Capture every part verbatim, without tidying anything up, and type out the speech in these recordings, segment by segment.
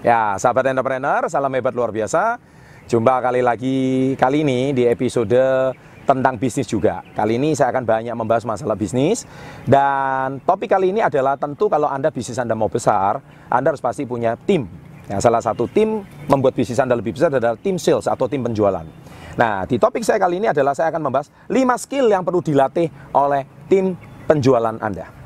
Ya, sahabat entrepreneur, salam hebat luar biasa. Jumpa kali lagi, kali ini di episode tentang bisnis juga. Kali ini saya akan banyak membahas masalah bisnis. Dan topik kali ini adalah tentu kalau Anda bisnis Anda mau besar, Anda harus pasti punya tim. Nah, salah satu tim membuat bisnis Anda lebih besar adalah tim sales atau tim penjualan. Nah, di topik saya kali ini adalah saya akan membahas lima skill yang perlu dilatih oleh tim penjualan Anda.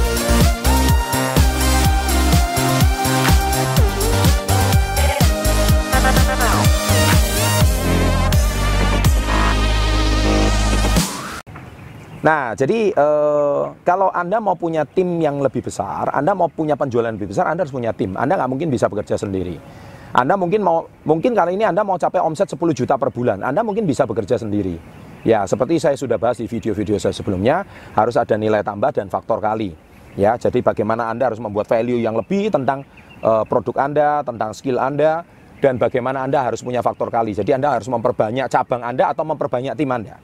Nah, jadi eh, kalau Anda mau punya tim yang lebih besar, Anda mau punya penjualan lebih besar, Anda harus punya tim. Anda nggak mungkin bisa bekerja sendiri. Anda mungkin mau, mungkin kali ini Anda mau capai omset sepuluh juta per bulan, Anda mungkin bisa bekerja sendiri. Ya, seperti saya sudah bahas di video-video saya sebelumnya, harus ada nilai tambah dan faktor kali. Ya, jadi bagaimana Anda harus membuat value yang lebih tentang eh, produk Anda, tentang skill Anda, dan bagaimana Anda harus punya faktor kali. Jadi Anda harus memperbanyak cabang Anda atau memperbanyak tim Anda.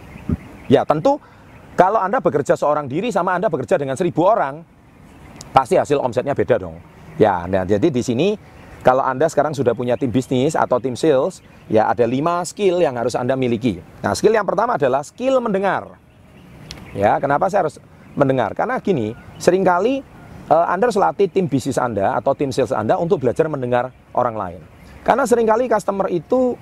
Ya, tentu kalau Anda bekerja seorang diri sama Anda bekerja dengan seribu orang, pasti hasil omsetnya beda dong. Ya, nah, jadi di sini kalau Anda sekarang sudah punya tim bisnis atau tim sales, ya ada lima skill yang harus Anda miliki. Nah, skill yang pertama adalah skill mendengar. Ya, kenapa saya harus mendengar? Karena gini, seringkali uh, Anda harus latih tim bisnis Anda atau tim sales Anda untuk belajar mendengar orang lain. Karena seringkali customer itu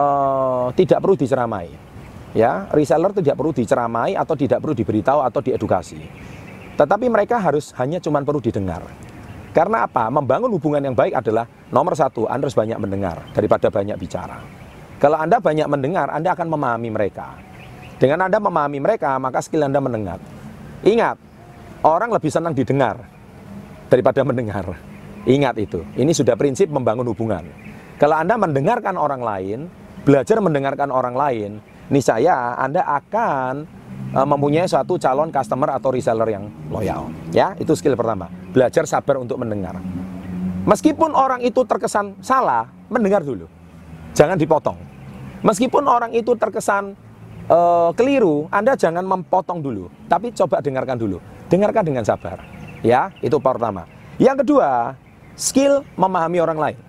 uh, tidak perlu diceramai. Ya, reseller tidak perlu diceramai atau tidak perlu diberitahu atau diedukasi. Tetapi mereka harus hanya cuman perlu didengar. Karena apa? Membangun hubungan yang baik adalah nomor satu, Anda harus banyak mendengar daripada banyak bicara. Kalau Anda banyak mendengar, Anda akan memahami mereka. Dengan Anda memahami mereka, maka skill Anda mendengar. Ingat, orang lebih senang didengar daripada mendengar. Ingat itu. Ini sudah prinsip membangun hubungan. Kalau Anda mendengarkan orang lain, belajar mendengarkan orang lain, niscaya Anda akan uh, mempunyai suatu calon customer atau reseller yang loyal. Ya, itu skill pertama. Belajar sabar untuk mendengar. Meskipun orang itu terkesan salah, mendengar dulu. Jangan dipotong. Meskipun orang itu terkesan uh, keliru, Anda jangan mempotong dulu, tapi coba dengarkan dulu. Dengarkan dengan sabar. Ya, itu pertama. Yang kedua, skill memahami orang lain.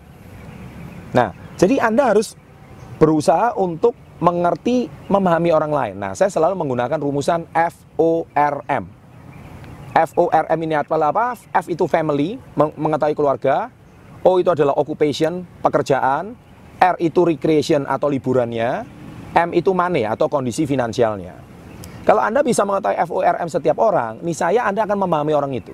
Nah, jadi Anda harus berusaha untuk mengerti, memahami orang lain. Nah, saya selalu menggunakan rumusan F O R M. F O R M ini adalah apa? F itu family, mengetahui keluarga. O itu adalah occupation, pekerjaan. R itu recreation atau liburannya. M itu money atau kondisi finansialnya. Kalau Anda bisa mengetahui F O R M setiap orang, niscaya Anda akan memahami orang itu.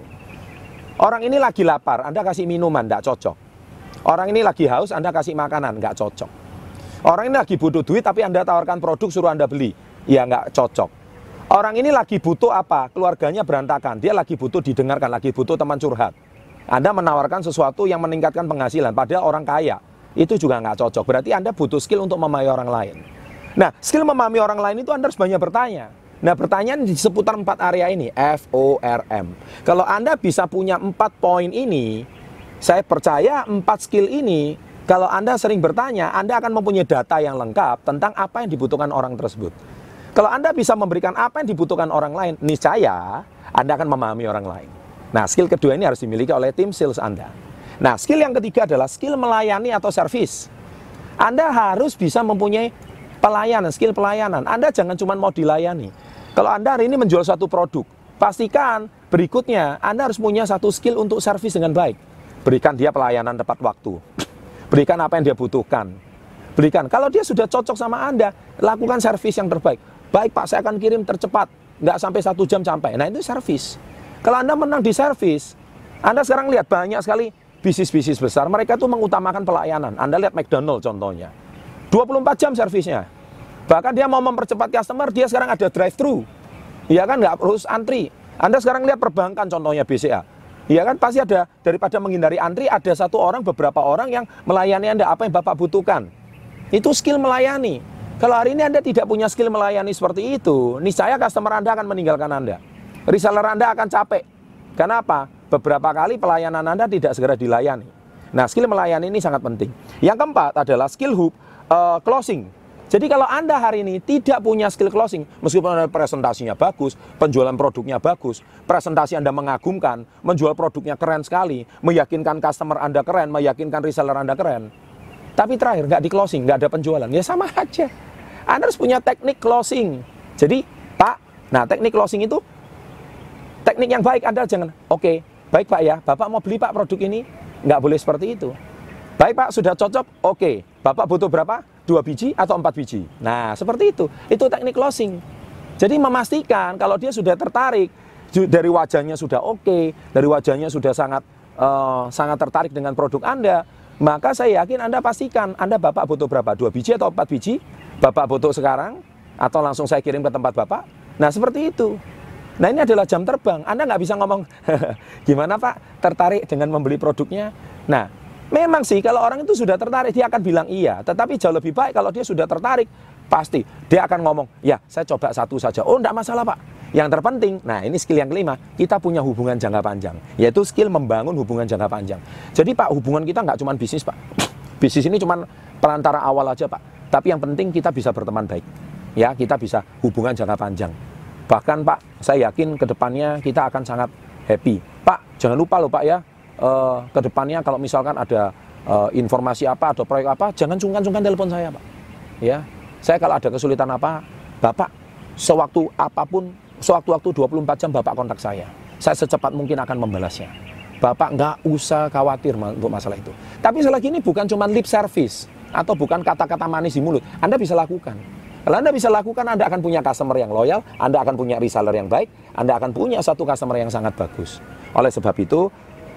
Orang ini lagi lapar, Anda kasih minuman, tidak cocok. Orang ini lagi haus, Anda kasih makanan, nggak cocok. Orang ini lagi butuh duit tapi Anda tawarkan produk suruh Anda beli. Ya nggak cocok. Orang ini lagi butuh apa? Keluarganya berantakan. Dia lagi butuh didengarkan, lagi butuh teman curhat. Anda menawarkan sesuatu yang meningkatkan penghasilan. Padahal orang kaya. Itu juga nggak cocok. Berarti Anda butuh skill untuk memahami orang lain. Nah, skill memahami orang lain itu Anda harus banyak bertanya. Nah, pertanyaan di seputar empat area ini. F O R M. Kalau Anda bisa punya empat poin ini, saya percaya empat skill ini, kalau Anda sering bertanya, Anda akan mempunyai data yang lengkap tentang apa yang dibutuhkan orang tersebut. Kalau Anda bisa memberikan apa yang dibutuhkan orang lain, niscaya Anda akan memahami orang lain. Nah, skill kedua ini harus dimiliki oleh tim sales Anda. Nah, skill yang ketiga adalah skill melayani atau service. Anda harus bisa mempunyai pelayanan, skill pelayanan. Anda jangan cuma mau dilayani. Kalau Anda hari ini menjual suatu produk, pastikan berikutnya Anda harus punya satu skill untuk service dengan baik. Berikan dia pelayanan tepat waktu. Berikan apa yang dia butuhkan. Berikan. Kalau dia sudah cocok sama Anda, lakukan servis yang terbaik. Baik Pak, saya akan kirim tercepat. Nggak sampai satu jam sampai. Nah, itu servis. Kalau Anda menang di servis, Anda sekarang lihat banyak sekali bisnis-bisnis besar. Mereka tuh mengutamakan pelayanan. Anda lihat McDonald contohnya. dua puluh empat jam servisnya. Bahkan dia mau mempercepat customer, dia sekarang ada drive-thru. Iya kan, nggak harus antri. Anda sekarang lihat perbankan contohnya B C A. Iya kan, pasti ada, daripada menghindari antri, ada satu orang, beberapa orang yang melayani Anda apa yang Bapak butuhkan. Itu skill melayani. Kalau hari ini Anda tidak punya skill melayani seperti itu, niscaya customer Anda akan meninggalkan Anda. Reseller Anda akan capek. Kenapa? Beberapa kali pelayanan Anda tidak segera dilayani. Nah, skill melayani ini sangat penting. Yang keempat adalah skill hub, uh, closing. Jadi kalau Anda hari ini tidak punya skill closing, meskipun presentasinya bagus, penjualan produknya bagus, presentasi Anda mengagumkan, menjual produknya keren sekali, meyakinkan customer Anda keren, meyakinkan reseller Anda keren, tapi terakhir nggak di closing, nggak ada penjualan, ya sama aja. Anda harus punya teknik closing. Jadi, Pak, nah teknik closing itu, teknik yang baik Anda jangan, oke, okay, baik Pak ya, Bapak mau beli Pak produk ini, nggak boleh seperti itu. Baik Pak, sudah cocok, oke, okay. Bapak butuh berapa? Dua biji atau empat biji? Nah, seperti itu. Itu teknik closing. Jadi memastikan kalau dia sudah tertarik, dari wajahnya sudah oke, okay, dari wajahnya sudah sangat uh, sangat tertarik dengan produk Anda, maka saya yakin Anda pastikan Anda Bapak butuh berapa? Dua biji atau empat biji? Bapak butuh sekarang? Atau langsung saya kirim ke tempat Bapak? Nah, seperti itu. Nah, ini adalah jam terbang. Anda nggak bisa ngomong, gimana Pak, tertarik dengan membeli produknya? Nah, memang sih kalau orang itu sudah tertarik, dia akan bilang iya. Tetapi jauh lebih baik kalau dia sudah tertarik, pasti dia akan ngomong, ya saya coba satu saja. Oh, enggak masalah Pak. Yang terpenting, nah ini skill yang kelima, kita punya hubungan jangka panjang. Yaitu skill membangun hubungan jangka panjang. Jadi Pak, hubungan kita nggak cuma bisnis Pak. Bisnis ini cuma perantara awal aja Pak. Tapi yang penting kita bisa berteman baik. Ya, kita bisa hubungan jangka panjang. Bahkan Pak, saya yakin ke depannya kita akan sangat happy. Pak, jangan lupa loh Pak ya, uh, ke depannya kalau misalkan ada uh, informasi apa atau proyek apa, jangan sungkan-sungkan telepon saya Pak. Ya, saya kalau ada kesulitan apa, Bapak sewaktu apapun, sewaktu-waktu dua puluh empat jam Bapak kontak saya. Saya secepat mungkin akan membalasnya. Bapak nggak usah khawatir untuk masalah itu. Tapi sekali lagi ini bukan cuma lip service atau bukan kata-kata manis di mulut. Anda bisa lakukan. Kalau Anda bisa lakukan, Anda akan punya customer yang loyal, Anda akan punya reseller yang baik, Anda akan punya satu customer yang sangat bagus. Oleh sebab itu,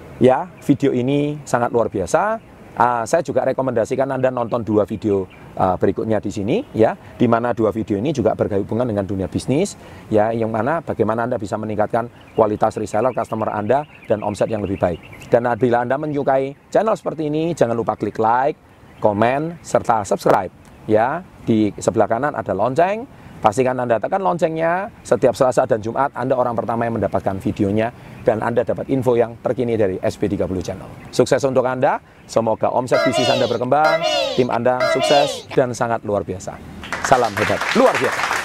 ya video ini sangat luar biasa. Uh, saya juga rekomendasikan Anda nonton dua video uh, berikutnya di sini, ya, di mana dua video ini juga berhubungan dengan dunia bisnis, ya, yang mana bagaimana Anda bisa meningkatkan kualitas reseller, customer Anda, dan omset yang lebih baik. Dan bila Anda menyukai channel seperti ini, jangan lupa klik like, komen, serta subscribe. Ya, di sebelah kanan ada lonceng. Pastikan Anda tekan loncengnya. Setiap Selasa dan Jumat Anda orang pertama yang mendapatkan videonya dan Anda dapat info yang terkini dari S P tiga puluh Channel. Sukses untuk Anda. Semoga omset bisnis Anda berkembang, tim Anda sukses dan sangat luar biasa. Salam hebat luar biasa.